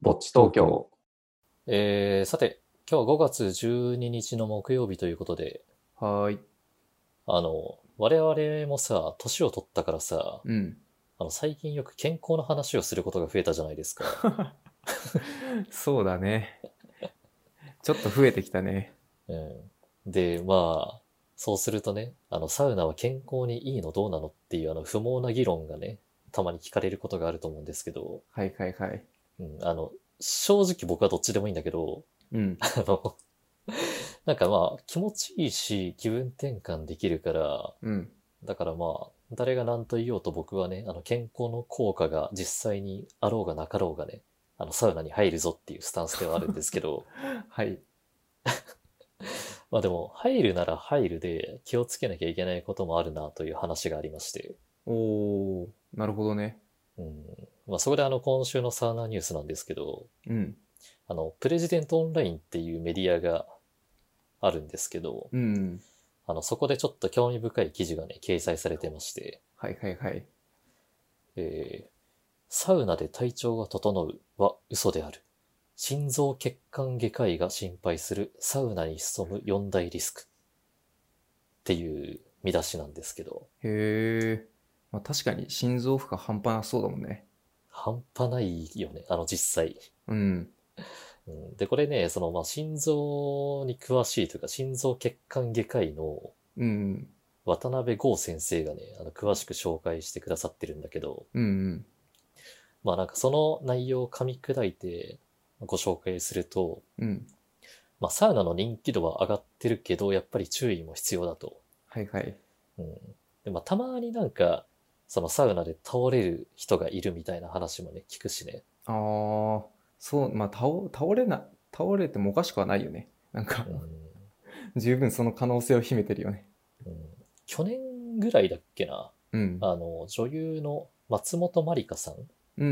ぼっち東京。 さて、今日5月12日の木曜日ということで、 はーい。 我々もさ、年を取ったからさ、 うん。 最近よく健康の話をすることが増えたじゃないですか。 そうだね。ちょっと増えてきたね。 うん。で、まあ、そうするとね、サウナは健康にいいのどうなのっていう不毛な議論がね、たまに聞かれることがあると思うんですけど、 はいはいはい。 うん、正直僕はどっちでもいいんだけど、 うん。 あの、なんかまあ、気持ちいいし、気分転換できるから、 うん。 だからまあ、誰が何と言おうと僕はね、健康の効果が実際にあろうがなかろうがね、サウナに入るぞっていうスタンスではあるんですけど、 はい。 まあでも、入るなら入るで気をつけなきゃいけないこともあるなという話がありまして、 おー、なるほどね。 うん。まあそこで今週のサウナニュースなんですけど、 うん。 プレジデントオンラインっていうメディアがあるんですけど、 うん。 そこでちょっと興味深い記事がね、掲載されてまして、 はいはいはい。 えーサウナで体調が整うは嘘である。心臓血管外科医が心配するサウナに潜む4大リスクっていう見出しなんですけど、 へー。まあ確かに心臓負荷半端なそうだもんね。 半端ないよね、実際。 うん。 うん、で、これね、まあ、心臓に詳しいというか、心臓血管外科医のうん。 渡辺剛先生がね、詳しく紹介してくださってるんだけど、 うん。 まあなんかその内容を噛み砕いてご紹介すると、 うん。 まあサウナの人気度は上がってるけど、やっぱり注意も必要だと。 はいはい。 うん。で、まあたまになんか、そのサウナで倒れる人がいるみたいな話もね、聞くしね。 あー、そう、まあ倒れてもおかしくはないよね。なんかうん。 十分その可能性を秘めてるよね。 うん、去年ぐらいだっけな。 うん。 女優の松本まりかさんうん。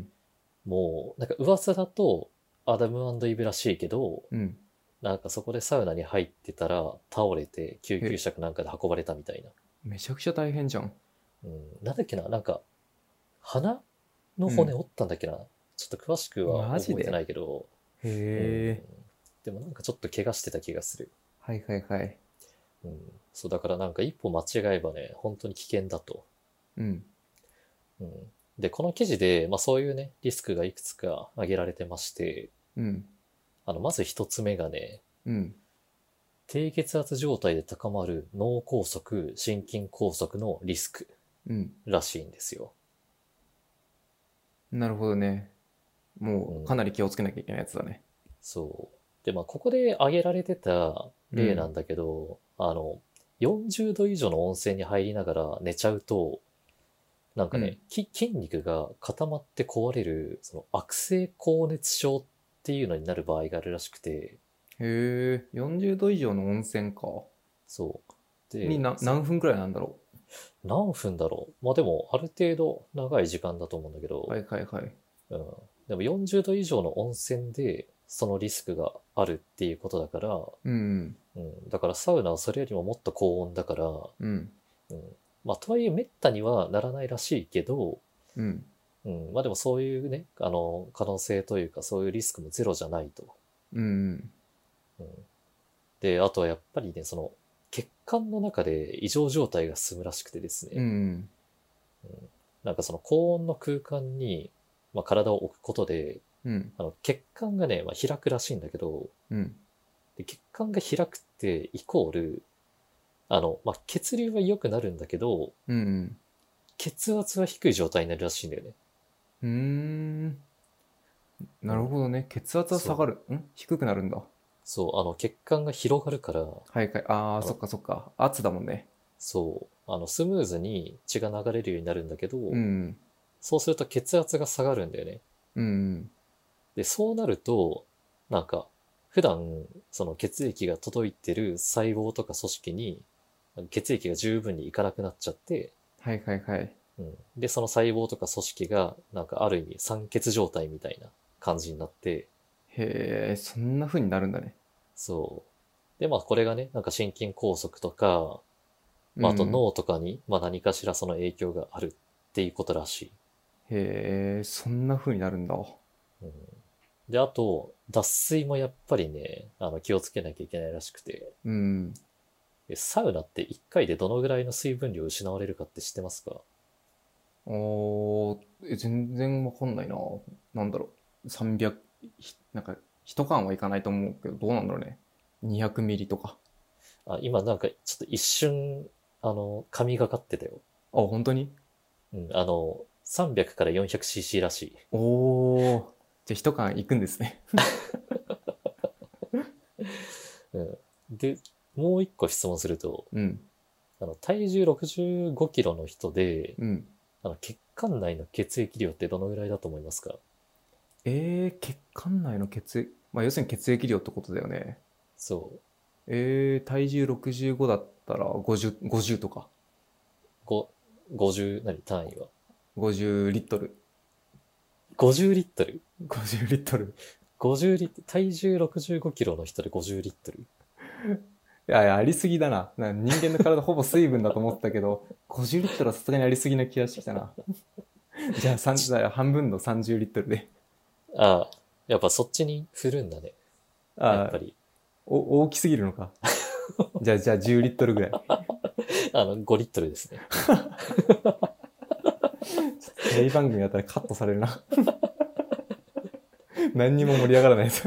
もう、なんか噂だと、アダムイブらしいけど、 うん。 なんかそこでサウナに入ってたら倒れて救急え、 車かなんかで運ばれたみたいな。 めちゃくちゃ大変じゃん。 うん。なんだっけな、なんか、鼻のうん。 骨折ったんだっけな。ちょっと詳しくは覚えてなマジで。 いけど、 へうん。 え。 でもなんかちょっと怪我してた気がする。 はいはいはい。 うん。そう、だからなんか一歩間違えばね、本当に危険だと。 うん。 うん。で、この記事で、まあそういうね、リスクがいくつか挙げられてまして、 うん。 まず一つ目がね、 うん。 低血圧状態で高まる脳梗塞、心筋梗塞のリスクうん。 らしいんですよ。 なるほどね。 うん。 もうかなり気をつけなきゃいけないやつだね。 そう。で、まあここで挙げられてたうん。 例なんだけど、40度以上の温泉に入りながら寝ちゃうと、なんかね、 うん。 筋肉が固まって壊れる、その悪性高熱症っていうのになる場合があるらしくて、 へえ。40度以上の温泉か。 そう。で、 に何分くらいなんだろ何分だろう。まあでも、ある程度長い時間だと思うんだけう。はど、 いはいはい。 うん。でも40度以上の温泉で、そのリスクがあるっていうことだから、 うん。 うん。だからサウナはそれよりももっと高温だから、 うん。 うん。まあ、とはいえ滅多にはならないらしいけど、 うん。 うん。まあでもそういうね、可能性というかそういうリスクもゼロじゃないと。 うん。 うん。で、あとはやっぱりね、血管の中で異常状態が進むらしくてですうね、 ん。 うん、なんかその高温の空間に、まあ、体を置くことで、 うん。 血管がね、まあ、開くらしいんだけど、 うん。 で血管が開くってイコール、まあ、血流は良くなるんだけど、 うん。 血圧は低い状態になるらしいんだよね。 うん。なるうん。 ほどね。血圧は下そう。 がる。低くなるんだ。 そう、血管が広がるから、 はいはい。ああ、 あの、 そっかそっか。圧だもんね。 そう、スムーズに血が流れるようになるんだけど、 うん。 そうすると血圧が下がるんだよね。 うん。 で、そうなると、なんか、普段、その血液が届いてる細胞とか組織に、血液が十分にいかなくなっちゃって、 はいはいはい。 うん。で、その細胞とか組織が、なんかある意味酸欠状態みたいな感じになって、 へえ、そんな風になるんだね。 そう。で、まあこれがね、なんか心筋梗塞とか、まああとうん。 脳とかに、まあ何かしらその影響があるっていうことらしい。 へえ、そんな風になるんだ。 うん。 で、あと、脱水もやっぱりね、気をつけなきゃいけないらしくて、 うん。 サウナって1回でどのぐらいの水分量失われるかって知ってますか？ 全然わかんないな。なんだろう。300、なんか、一缶はいかないと思うけど、どうなんだろうね。200ミリとか。 今なんかちょっと一瞬、神がかってたよ。 あ、本当に？ うん、300から 400cc らしい。 おー。じゃあ一缶いくんですね。 うん。で、もう一個質問すると、 うん。 体重65キロの人で、 うん。 血管内の血液量ってどのぐらいだと思いますか？ 血管内の血液、まあ要するに血液量ってことだよね。 そう。 体重65だったら50とか。 5、50、単位は。 50リットル。 50リットル。 50リットル。 50リットル。体重65キロの人で50リットル。 いやいや、ありすぎだな。人間の体ほぼ水分だと思ってたけど、50リットルはさすがにありすぎな気がしてきたな。じゃあ半分の30リットルで。 ああ、やっぱそっちに振るんだね。やっああ、 ぱり。 大きすぎるのか。じゃあ10リットルぐらい。 5リットルですね。 テレビ番組だったらカットされるな。何にも盛り上がらないです。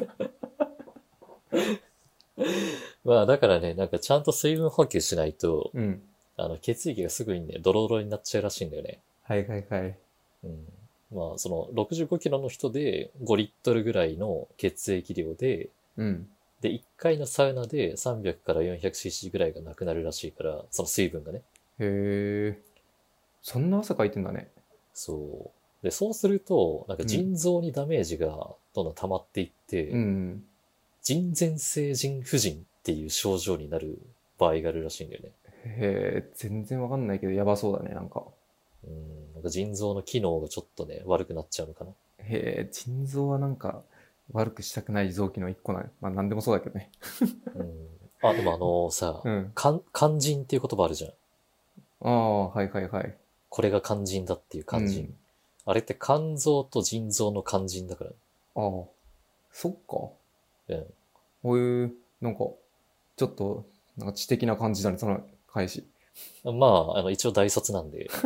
まあだからね、なんかちゃんと水分補給しないと、 うん。 血液がすぐにね、ドロドロになっちゃうらしいんだよね。 はいはいはい。 うん。まあその65キロの人で5リットルぐらいの血液量で、 うん。 で、1回のサウナで300から 400cc ぐらいがなくなるらしいから、その水分がね。 へえ。そんな汗かいてんだね。 そう。で、そうすると、なんかうん。 腎臓にダメージがどんどん溜まっていっうて、 ん。 腎前性腎不全っていう症状になる場合があるらしいんだよね。 へえ、全然わかんないけど、やばそうだね、なんか。 なんか腎臓の機能がちょっとね、悪くなっちゃうのかな。 へえ、腎臓はなんか、悪くしたくない臓器の一個なの。まあ、なんでもそうだけどね。 うん。あ、でもさ、 うん。 肝腎っていう言葉あるじゃん。 ああ、はいはいはい。 これが肝腎だっていう肝腎。 うん。 あれって肝臓と腎臓の肝腎だから。 ああ、そっか。 うん。 こういう、なんか、ちょっと、なんか知的な感じだね、その返し。 まあ、一応大卒なんで。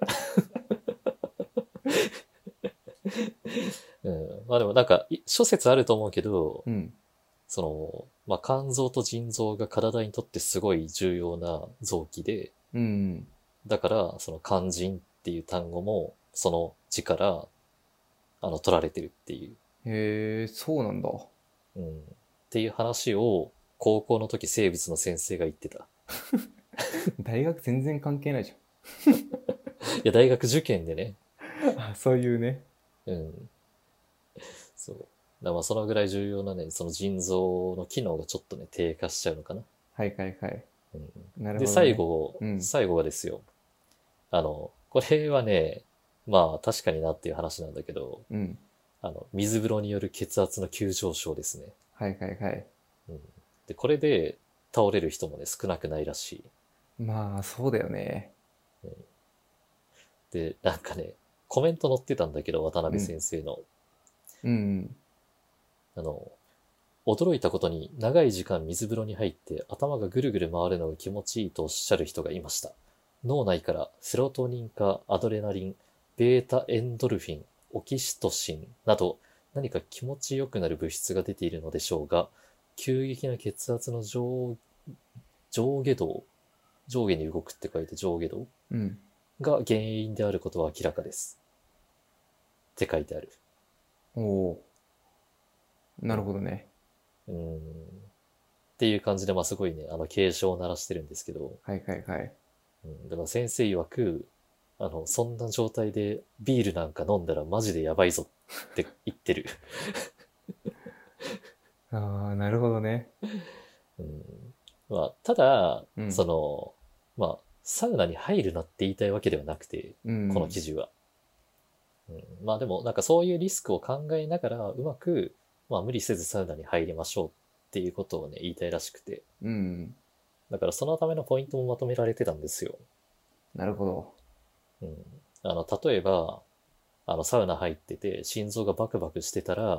うん。まあでもなんか、諸説あると思うけど、 うん。 まあ肝臓と腎臓が体にとってすごい重要な臓器で、 うん。 だから、その肝腎っていう単語も、その字から、取られてるっていう、 へえ、そうなんだ。 うん。っていう話を、高校の時生物の先生が言ってた。 大学全然関係ないじいや、大学受験でね、 ゃん。あ、そういうね。 うん。そう。だからまあそのぐらい重要なね、その腎臓の機能がちょっとね、低下しちゃうのかな。 はいはいはい。 うん。 なるで、 ほどね。うん。 最後がですよ。これはね、まあ確かになっていう話なんだけど、 うん。 水風呂による血圧の急上昇ですね。 はいはいはい。 うん。で、これで倒れる人もね、少なくないらしい。 まあ、そうだよね。 うん。で、なんかね、コメント載ってたんだけど、渡辺うん。 先生の。 うん。 あの、驚いたことに長い時間水風呂に入って頭がぐるぐる回るのが気持ちいいとおっしゃる人がいました。脳内からセロトニンかアドレナリン、ベータエンドルフィン、オキシトシンなど何か気持ちよくなる物質が出ているのでしょうが、急激な血圧の上下動、上下に動くって書いて上下動うん。 が原因であることは明らかです。って書いてある。 おお、なるうん。 ほどね。 うん。っていう感じで、まあすごいね、警鐘を鳴らしてるんですけど、 はいはいはい。 うん、だから先生曰く、そんな状態でビールなんか飲んだらマジでやばいぞって言ってる。 ああ、なるほどね。 うん、まあ、ただ、 うん。 まあ、サウナに入るなって言いたいわけではなくて、このうん。 記事は。うん、まあでも、なんかそういうリスクを考えながら、うまく、まあ無理せずサウナに入りましょうっていうことをね、言いたいらしくて。 うん。 だからそのためのポイントもまとめられてたんですよ。 なるほど。 うん。例えば、サウナ入ってて、心臓がバクバクしてたら、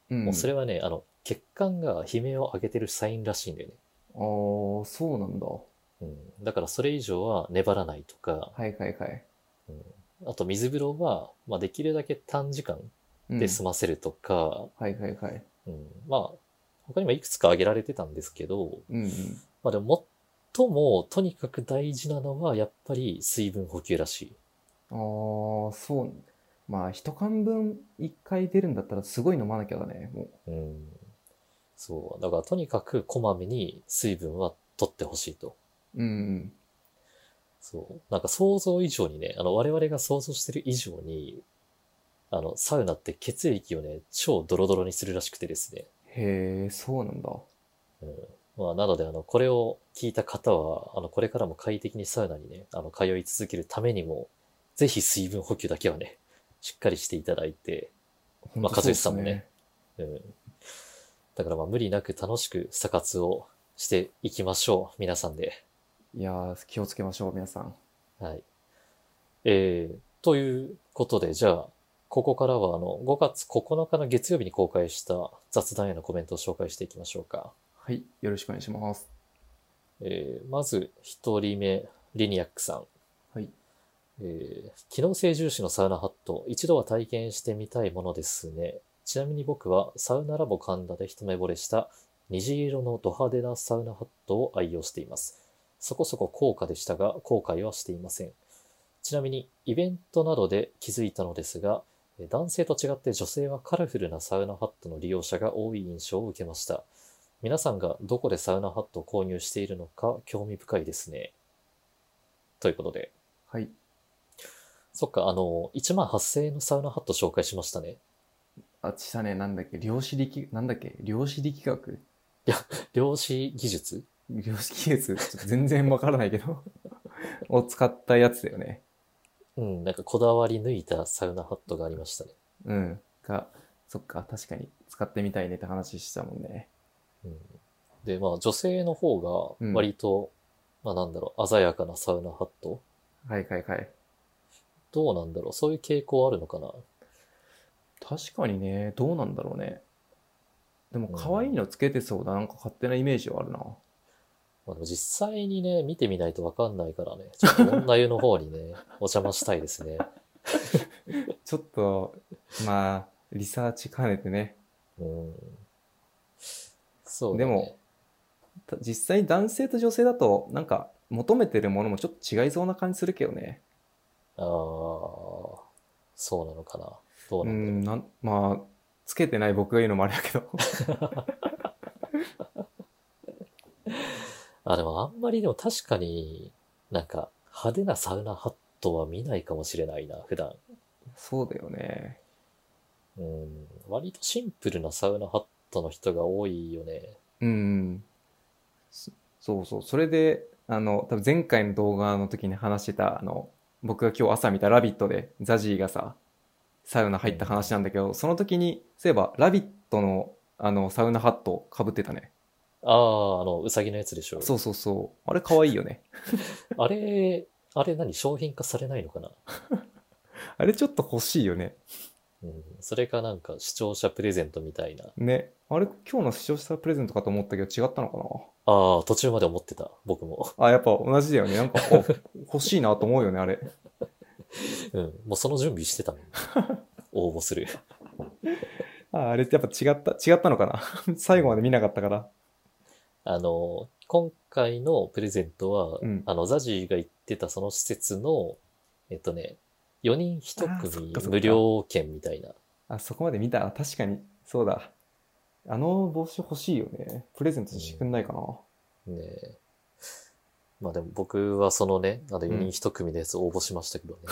うん。 もうそれはね、血管が悲鳴を上げてるサインらしいんだよね。 ああ、そうなんだ。 うん。だからそれ以上は粘らないとか、 はいはいはい。 うん、あと水風呂は、まあ、できるだけ短時間うん。 で済ませるとか、 はいはいはい。 うん、まあ、他にもいくつか挙げられてたんですけど、 うんうん。 まあでも最もとにかく大事なのはやっぱり水分補給らしい。 ああ、そう。まあ、一缶分一回出るんだったらすごい飲まなきゃだね、もうん。そう。だからとにかくこまめに水分は取ってほしいと。 う。うん。 そう。なんか想像以上にね、我々が想像してる以上に、サウナって血液をね、超ドロドロにするらしくてですね。 へえ、そうなんだ。 うん。まあ、なので、これを聞いた方は、これからも快適にサウナにね、通い続けるためにも、ぜひ水分補給だけはね、しっかりしていただいて、まあ、和ほんとそうっ義さんもね、 すね。 うん。だからまあ、無理なく楽しくサ活をしていきましょう。皆さんで。 いやー、気をつけましょう、皆さん。 はい。ということで、じゃあ、ここからは5月9日の月曜日に公開した雑談へのコメントを紹介していきましょうか。 はい、よろしくお願いします。 まず、一人目、リニアックさん。 はい。 機能性重視のサウナハット、一度は体験してみたいものですね。ちなみに僕はサウナラボ神田で一目惚れした虹色のド派手なサウナハットを愛用しています。そこそこ高価でしたが、後悔はしていません。ちなみに、イベントなどで気づいたのですが、男性と違って女性はカラフルなサウナハットの利用者が多い印象を受けました。皆さんがどこでサウナハットを購入しているのか興味深いですね。ということで。 はい。 そっか、1万8000円のサウナハット紹介しましたね。 あ、ちさね、なんだっけ、なんだっけ、量子力学いや、量子技術。 量子技術ちょっと全然わからないけどを使ったやつだよね。 うん、なんかこだわり抜いたサウナハットがありましたね。 うん。そっか、確かに使ってみたいねって話したもんね。 うん、で、まあ女性の方がうん。 割と、まあなんだろう、鮮やかなサウナハット。 はいはいはい。 どうなんだろう、そういう傾向あるのかな。 確かにね、どうなんだろうね。でもうん。 可愛いのつけてそうだ。なんか勝手なイメージはあるな。 まあ、でも実際にね、見てみないとわかんないからね、ちょっと女湯の方にね、お邪魔したいですね。 ちょっと、まあ、リサーチ兼ねてね。 うん。そうだね。 でも、実際男性と女性だと、なんか求めてるものもちょっと違いそうな感じするけどね。 ああ、そうなのかな。どうなんだろまあ、つけてない僕が言うのもあれだけど。 う。あ、でもあんまりでも確かになんか派手なサウナハットは見ないかもしれないな、普段。 そうだよね。 うん。割とシンプルなサウナハットの人が多いよね。 うん。そそうそう。それで、多分前回の動画の時に話してた、僕が今日朝見たラビットでザジーがさ、サウナ入ったうん。 話なんだけど、その時に、そういえば、ラビットの、サウナハット被ってたね。 ああ、うさぎのやつでしょ。 そうそうそう。あれ可愛いよね。 あれ、あれ何商品化されないのかな。 あれちょっと欲しいよね。 うん。それかなんか視聴者プレゼントみたいな。 ね。あれ今日の視聴者プレゼントかと思ったけど違ったのかああ、途中まで思ってた。僕も。 な。あ、やっぱ同じだよね。なんか、欲しいなと思うよね、あれ。 うん。もうその準備してたもん。応募する。 あれってやっぱ違ったのかな。最後まで見なかったから。 今回のプレゼントは、 うん。 ザジーが言ってたその施設の、4人1 ああ、そっか組無そっか。 料券みたいな。 あ、そこまで見た。確かに。そうだ。あの帽子欲しいよね。プレゼントしてくんないかな。 ねえ。まあでも僕はそのね、4人うん。 1組のやつ応募しましたけどね。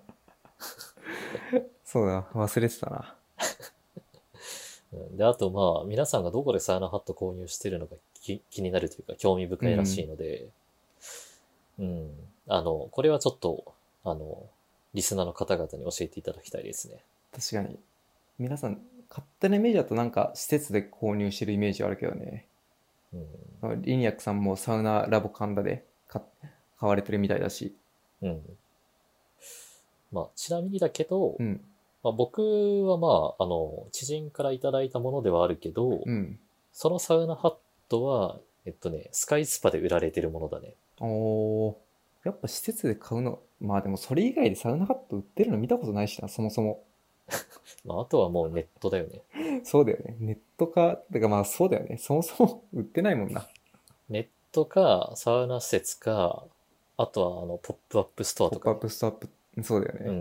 そうだ。忘れてたな。 うん、で、あとまあ、皆さんがどこでサウナハット購入してるのか気になるというか、興味深いらしいうん。 ので、うん。これはちょっと、リスナーの方々に教えていただきたいですね。 確かに。皆さん、勝手なイメージだとなんか施設で購入してるイメージあるけどね。 うん。 リニアックさんもサウナラボ神田で買われてるみたいだし。 うん。まあ、ちなみにだけど、 うん。 まあ、僕はまあ、知人からいただいたものではあるけど、 うん。 そのサウナハットは、スカイスパで売られてるものだね。 おー。やっぱ施設で買うの、まあでもそれ以外でサウナハット売ってるの見たことないしな、そもそも。 まあ、あとはもうネットだよね。 そうだよね。ネットか、てかまあそうだよね。そもそも売ってないもんな。 ネットか、サウナ施設か、あとはポップアップストアポップアッとかね。 プストアップ、そうだよね。 うん、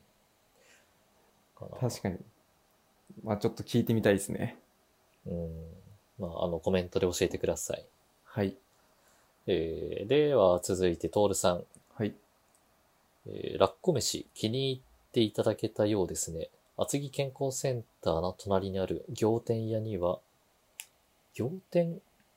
かな。 確かに。まあちょっと聞いてみたいですね。 うん。まあ、コメントで教えてください。 はい。 では、続いて、トールさん。 はい。 ラッコ飯、気に入っていただけたようですね。厚木健康センターの隣にある仰天屋には、仰天、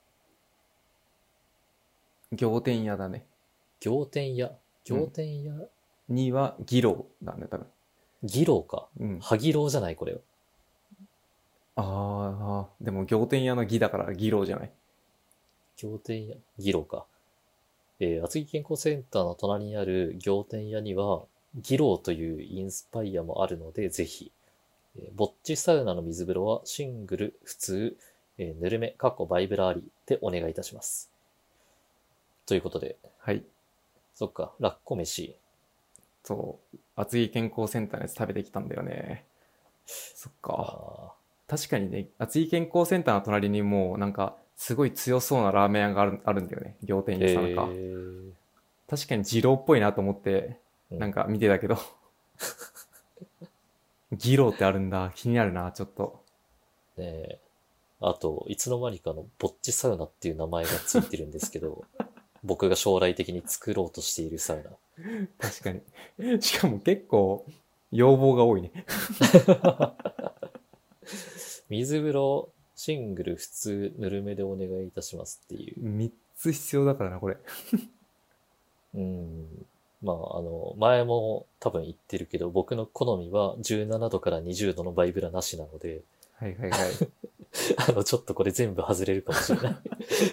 仰天屋だね。 仰天屋、仰うん。 天屋、 には、ギローだね、多分。 ギローか。 うん。 ハギローじゃない、これ。 ああ、でも仰天屋のギだからギローじゃない。 仰天屋、ギローか。厚木健康センターの隣にある仰天屋には、ギローというインスパイアもあるので、ぜひ。ぼっちサウナの水風呂はシングル、普通、ぬるめ、バイブラーリーでお願いいたします。ということで、 はい。 そっか、ラッコ飯。 そう。厚木健康センターのやつ食べてきたんだよね。そっか。 あ確かにね、厚木健康センターの隣にもうなんか、すごい強そうなラーメン屋があるんだよね。仰天ー屋さんか。 え確かに二郎っぽいなと思って、 ー、うん。 なんか見てたけど、ギローってあるんだ。気になるな、ちょっと。 ねえ。あと、いつの間にかぼっちサウナっていう名前がついてるんですけど、僕が将来的に作ろうとしているサウナ。 確かに。しかも結構、要望が多いね。 水風呂、シングル、普通、ぬるめでお願いいたしますっていう。 3つ必要だからな、これ。 うん。まあ、前も多分言ってるけど、僕の好みは17度から20度のバイブラなしなので、 はいはいはい。 ちょっとこれ全部外れるかもしれない。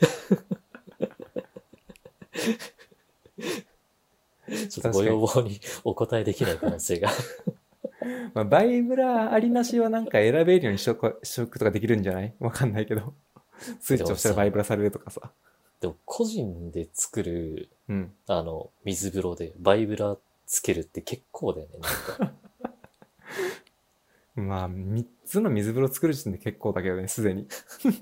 ちょっとご確かに。 要望にお答えできない可能性が。 まあ、バイブラありなしはなんか選べるようにしとくとかできるんじゃないわかんないけど。スイッチ押したらでもさ、 バイブラされるとかさ。 でも個人で作る、 うん。 水風呂でバイブラつけるって結構だよね、なんか。 まあ、3つの水風呂作る時点で結構だけどね、すでに。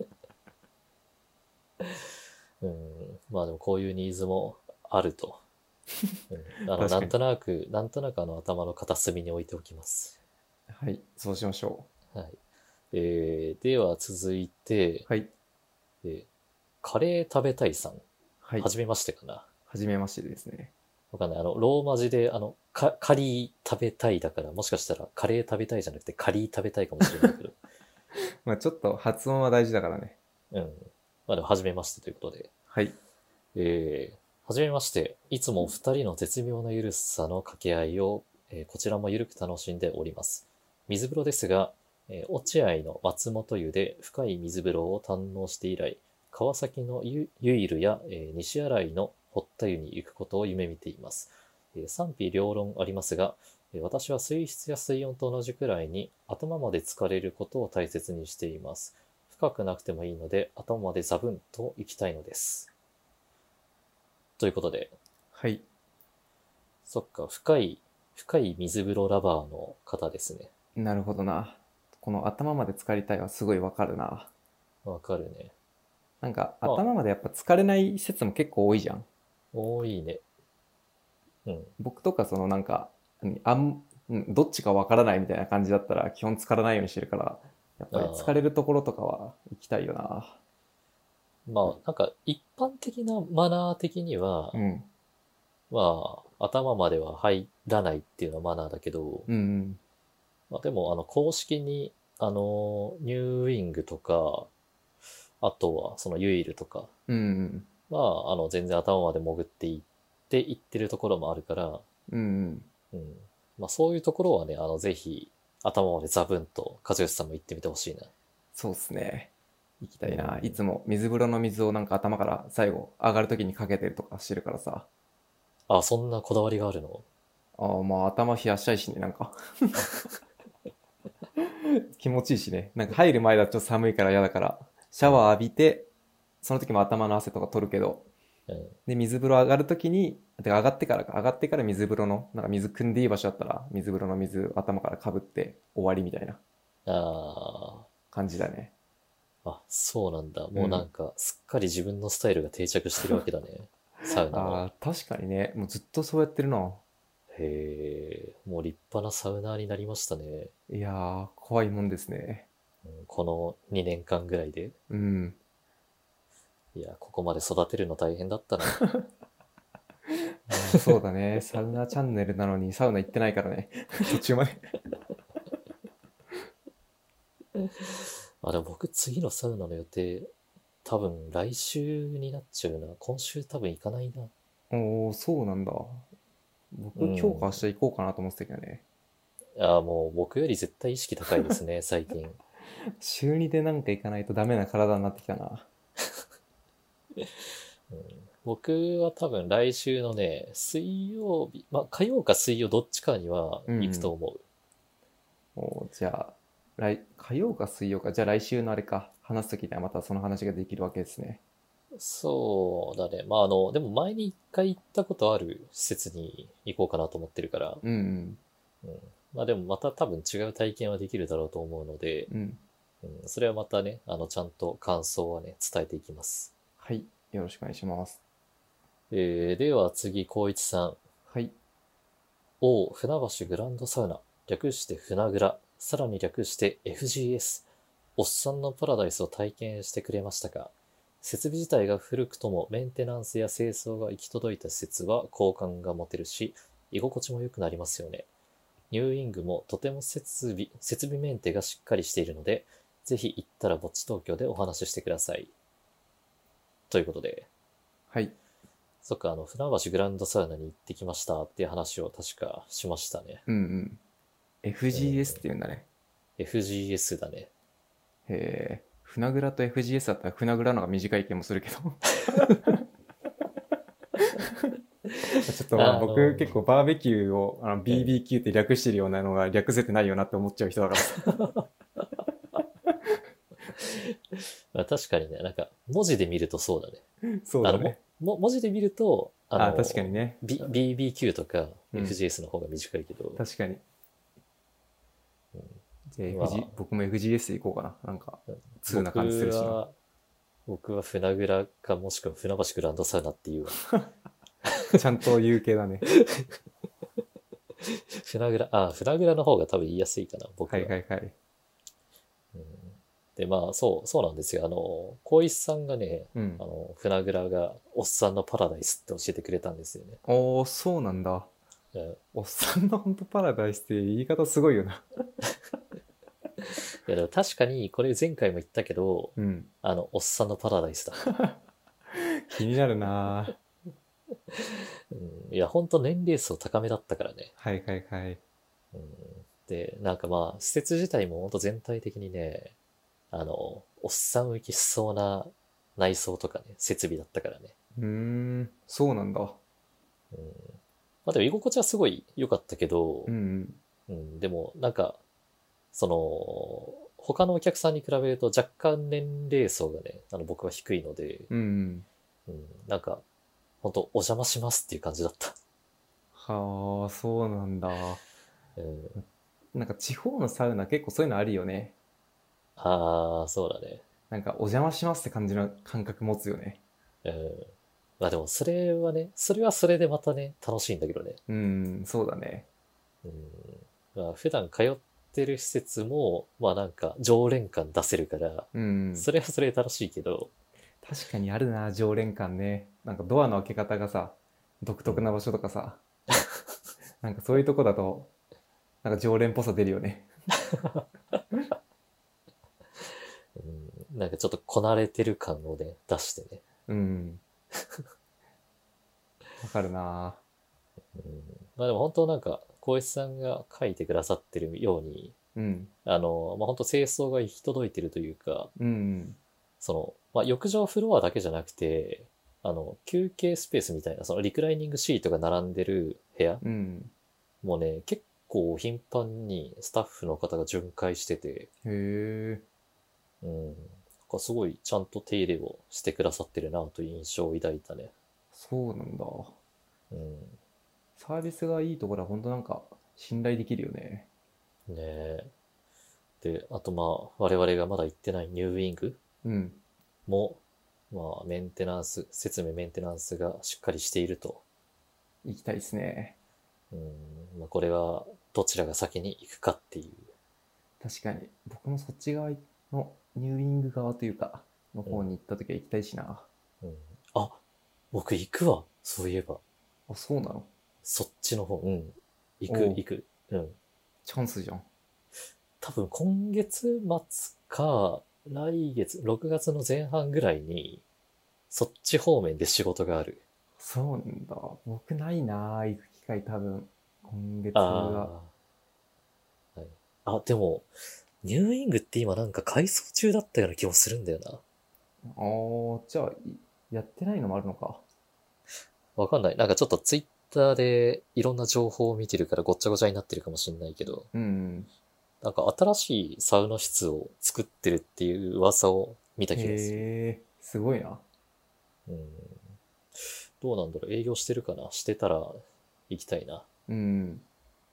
うん。まあでもこういうニーズもあると。うん。 確かに。 なんとなく頭の片隅に置いておきます。 はい、そうしましょはい。では続いて、 う。はい。 えーカレー食べたいさん。 はい。 はじめましてかな。 はじめましてですね。 わかんない。ローマ字で、カリー食べたいだから、もしかしたらカレー食べたいじゃなくてカリー食べたいかもしれないけど。 まあちょっと発音は大事だからね。 うん。まあでも、はじめましてということで。 はい。 はじめまして。いつもお二人の絶妙な緩さの掛け合いを、こちらも緩く楽しんでおります。水風呂ですが、落合の松本湯で深い水風呂を堪能して以来、川崎の湯入や、西新井の堀田湯に行くことを夢見ています。賛否両論ありますが、私は水質や水温と同じくらいに頭まで浸かれることを大切にしています。深くなくてもいいので、頭までザブンと行きたいのです。ということで、 はい。 そっか、深い水風呂ラバーの方ですね。 なるほどな。この頭まで浸かりたいはすごいわかるな。 わかるね。 なんかまあ、 頭までやっぱ浸かれない説も結構多いじゃん。 多いね。うん。 僕とかそのなんか、どっちかわからないみたいな感じだったら基本浸からないようにしてるから、やっぱり疲あれるところとかは行きたいよな。 まあ、なんか、一般的なマナー的には、 うん。 まあ、頭までは入らないっていうのはマナーだけど、 うんうん。 まあでも、公式に、ニューウィングとか、あとは、そのユイルとかうんうんは、全然頭まで潜っていって行ってるところもあるから、 うんうんうん。まあそういうところはね、ぜひ、頭までザブンと、和義さんも行ってみてほしいな。 そうっすね。行きたいな。いうん。 つも水風呂の水をなんか頭から最後上がるときにかけてるとかしてるからさ。 あ、そんなこだわりがあるの？ ああ、まあ頭冷やしたいしね、なんか。 気持ちいいしね。なんか入る前だとちょっと寒いから嫌だから、シャワー浴びて、その時も頭の汗とか取るけど、 うん。 で、水風呂上がる時に、てか上がってから水風呂の、なんか水汲んでいい場所だったら、水風呂の水頭からかぶって終わりみたいなあ感じだね。 あ、あ、そうなんだ。 うん。 もうなんか、すっかり自分のスタイルが定着してるわけだね。サウナの。 ああ、確かにね。もうずっとそうやってるな。 へえ、もう立派なサウナーになりましたね。 いやー、怖いもんですね。 うんこの2年間ぐらいで。 うん。 いや、ここまで育てるの大変だったな。 ああ、そうだね。サウナチャンネルなのにサウナ行ってないからね。途中まで。 あ、でも僕次のサウナの予定、多分来週になっちゃうな。今週多分行かないな。 おー、そうなんだ。 う僕、今日か明ん。 日行こうかなと思ってたけどね。 あ、もう僕より絶対意識高いですね、最近。 週2でなんか行かないとダメな体になってきたな。 うん、僕は多分来週のね、水曜日、まあ火曜か水曜どっちかには行くとうん。 思う。 じゃあ、火曜か水曜か。じゃあ来週のあれか。話すときにはまたその話ができるわけですね。 そうだね。まあでも前に一回行ったことある施設に行こうかなと思ってるから、 うんうん。まあでもまた多分違う体験はできるだろうと思うので、 うん。うん。 うん、それはまたね、ちゃんと感想はね、伝えていきます。 はい。よろしくお願いします。 では次、光一さん。 はい。 船橋グランドサウナ。略して船倉。さらに略して FGS。おっさんのパラダイスを体験してくれましたか？設備自体が古くともメンテナンスや清掃が行き届いた施設は好感が持てるし、居心地も良くなりますよね。ニューイングもとても設備メンテがしっかりしているので、ぜひ行ったらぼっち東京でお話ししてください。ということで、 はい。 そっか、船橋グランドサウナに行ってきましたっていう話を確かしましたね。 うんうん。 う FGS ってん。 言うんだね。 FGS だね。 へえ。船倉と FGS だったら船倉の方が短い気もするけど。ちょっとまああ僕結の、 構バーベキューをうん。 BBQ って略してるようなのが略せてないよなって思っちゃう人だからさ。 まあ、確かにね、なんか、文字で見るとそうだね。 そうだね。 文字で見ると、 あ、確かにね。 BBQ とかうん。 FGS の方が短いけど、 確かに。じゃあまあ、 僕も FGS 行こうかな。なんか、通な感じするしな。 僕は、僕は船倉かもしくは船橋グランドサウナっていうわ。 ちゃんと言う系だね。 船倉の方が多分言いやすいかな、僕はいは。 はいはい。 で、まあ、そうなんですよ。小石さんがね、 うん。 船倉がおっさんのパラダイスって教えてくれたんですよね。 おー、そうなんだ。 うん。いおっさんのほんとパラダイスって言い方すごいよな。 や、でも確かに、これ前回も言ったけど、 うん。 おっさんのパラダイスだ。 気になるな。 うん。いや、ほんと年齢層高めだったからね。 はいはいはい。 うん。で、なんかまあ、施設自体もほんと全体的にね、おっさん浮きしそうな内装とかね、設備だったからね。 うーん、そうなんだ。 うん。まあでも居心地はすごい良かったけど、 うん、 うん、でもなんか、その、他のお客さんに比べると若干年齢層がね、僕は低いので、 うん。うん。 うん、なんか、ほんとお邪魔しますっていう感じだった。 はあ、そうなんだ。 うん、 なんか地方のサウナ結構そういうのあるよね。 ああ、そうだね。 なんかお邪魔しますって感じの感覚持つよね。 うん。まあでもそれはね、それはそれでまたね、楽しいんだけどね。 うん、そうだね。 うん。まあ普段通ってる施設も、まあなんか常連感出せるから、 うん。 それはそれで楽しいけど、 確かにあるな、常連感ね。なんかドアの開け方がさ、独うん。 特な場所とかさ、なんかそういうとこだと、なんか常連っぽさ出るよね。 うん、なんかちょっとこなれてる感をね、出してね。 うん。わかるな。 うん、まあでも本当なんか、小石さんが書いてくださってるように、 うん。 まあ本当清掃が行き届いてるというか、 うん。 まあ浴場フロアだけじゃなくて、休憩スペースみたいな、そのリクライニングシートが並んでる部屋うん。 もね、結構頻繁にスタッフの方が巡回してて、 へえ。 なんかすごいちゃんと手入れをしてくださってるなという印象を抱いたね。 そうなんだ。 うん。 サービスがいいところは本当なんか信頼できるよね。 ねえ。で、あとまあ、我々がまだ行ってないニューウィングうん。 も、まあ、メンテナンス、設備メンテナンスがしっかりしていると。 行きたいですね。 まあ、これはどちらが先に行くかっていう。 確かに。僕もそっち側のニューウィング側というか、の方に行った時は行きたいしな。 あ、僕行くわ。そういえば。 あ、そうなの？ そっちの方。行おう、 く行く。 チャンスじゃん。 多分今月末か、来月、6月の前半ぐらいに、そっち方面で仕事がある。 そうなんだ。僕ないな、行く機会多分。今月は。 ああ、はい。あ、でも、ニューイングって今なんか改装中だったような気もするんだよな。 あー、じゃあ、やってないのもあるのか。 わかんない。なんかちょっとツイッターでいろんな情報を見てるからごっちゃごちゃになってるかもしんないけど、 うん。 なんか新しいサウナ室を作ってるっていう噂を見た気がする。 へえ、すごいな。 うん。どうなんだろう、営業してるかな、してたら行きたいな。 うん。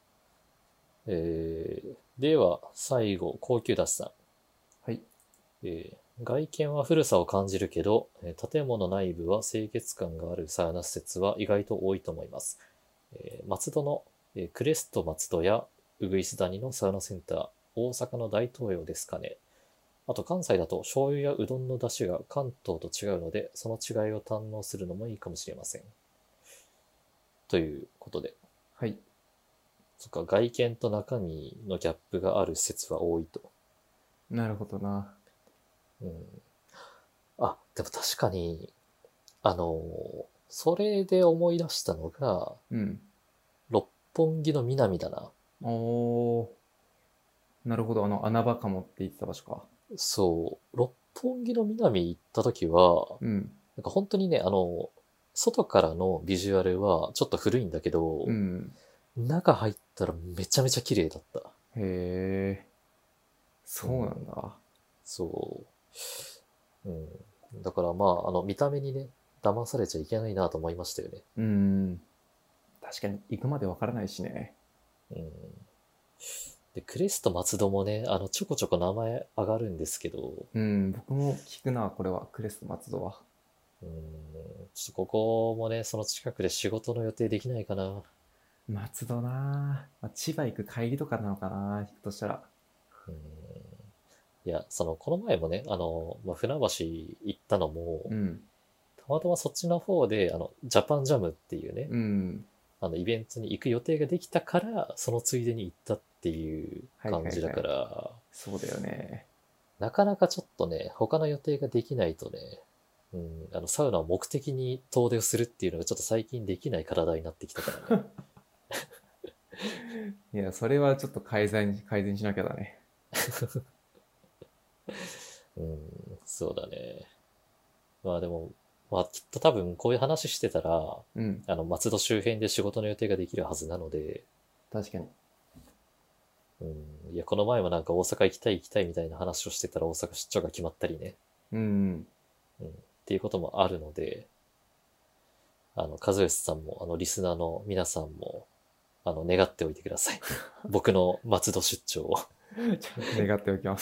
では、最後、高級ダスさん。 はい。 外見は古さを感じるけど、建物内部は清潔感があるサウナ施設は意外と多いと思います。松戸の、クレスト松戸やウグイス谷のサウナセンター、大阪の大東洋ですかね。あと関西だと醤油やうどんの出汁が関東と違うので、その違いを堪能するのもいいかもしれません。ということで。 はい。 そっか、外見と中身のギャップがある施設は多いと。 なるほどな。 うん。あ、でも確かに、それで思い出したのが、 うん。 六本木の南だな。 おー、なるほど。穴場かもって言ってた場所か。 そう、六本木の南行った時は、 うん。 なんか本当にね、外からのビジュアルはちょっと古いんだけど、 うん。 中入ったらめちゃめちゃ綺麗だった。 へえ、 うん、 そうなんだ。 そう。だからまあ、見た目にね、騙されちゃいけないなと思いましたよね。 うん。確かに行くまでわからないしね。 うん。で、クレスト松戸もね、ちょこちょこ名前上がるんですけど、 うん。僕も聞くな、これは。クレスト松戸は。 ちょっとここもね、その近くで仕事の予定できないかな。 松戸な、まあ、千葉行く帰りとかなのかな、行くとしたら。 うん。いや、この前もね、まあ、船橋行ったのも、 うん。 たまたまそっちの方で、ジャパンジャムっていうね、 うん。 イベントに行く予定ができたから、そのついでに行ったっていうはいはい感じだかはい。 ら、 そうだよね。 なかなかちょっとね、他の予定ができないとね、サウナを目的に遠出をするっていうのがちょっと最近できない体になってきたからね。 いや、それはちょっと改善しなきゃだね。 うん、そうだね。まあでも、まあきっと多分こういう話してたら、 うん。 松戸周辺で仕事の予定ができるはずなので、 確かに。 いや、この前もなんか大阪行きたいみたいな話をしてたら大阪出張が決まったりね、 うん。 っていうこともあるので、和義さんも、リスナーの皆さんも、願っておいてください。僕の松戸出張を。 願っておきます。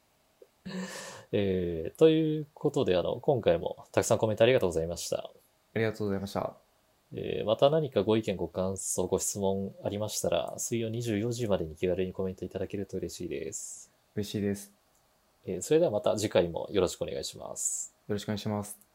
ということで、今回もたくさんコメントありがとうございました。 ありがとうございました。 また何かご意見、ご感想、ご質問ありましたら、水曜24時までに気軽にコメントいただけると嬉しいです。 嬉しいです。 それではまた次回もよろしくお願いします。 よろしくお願いします。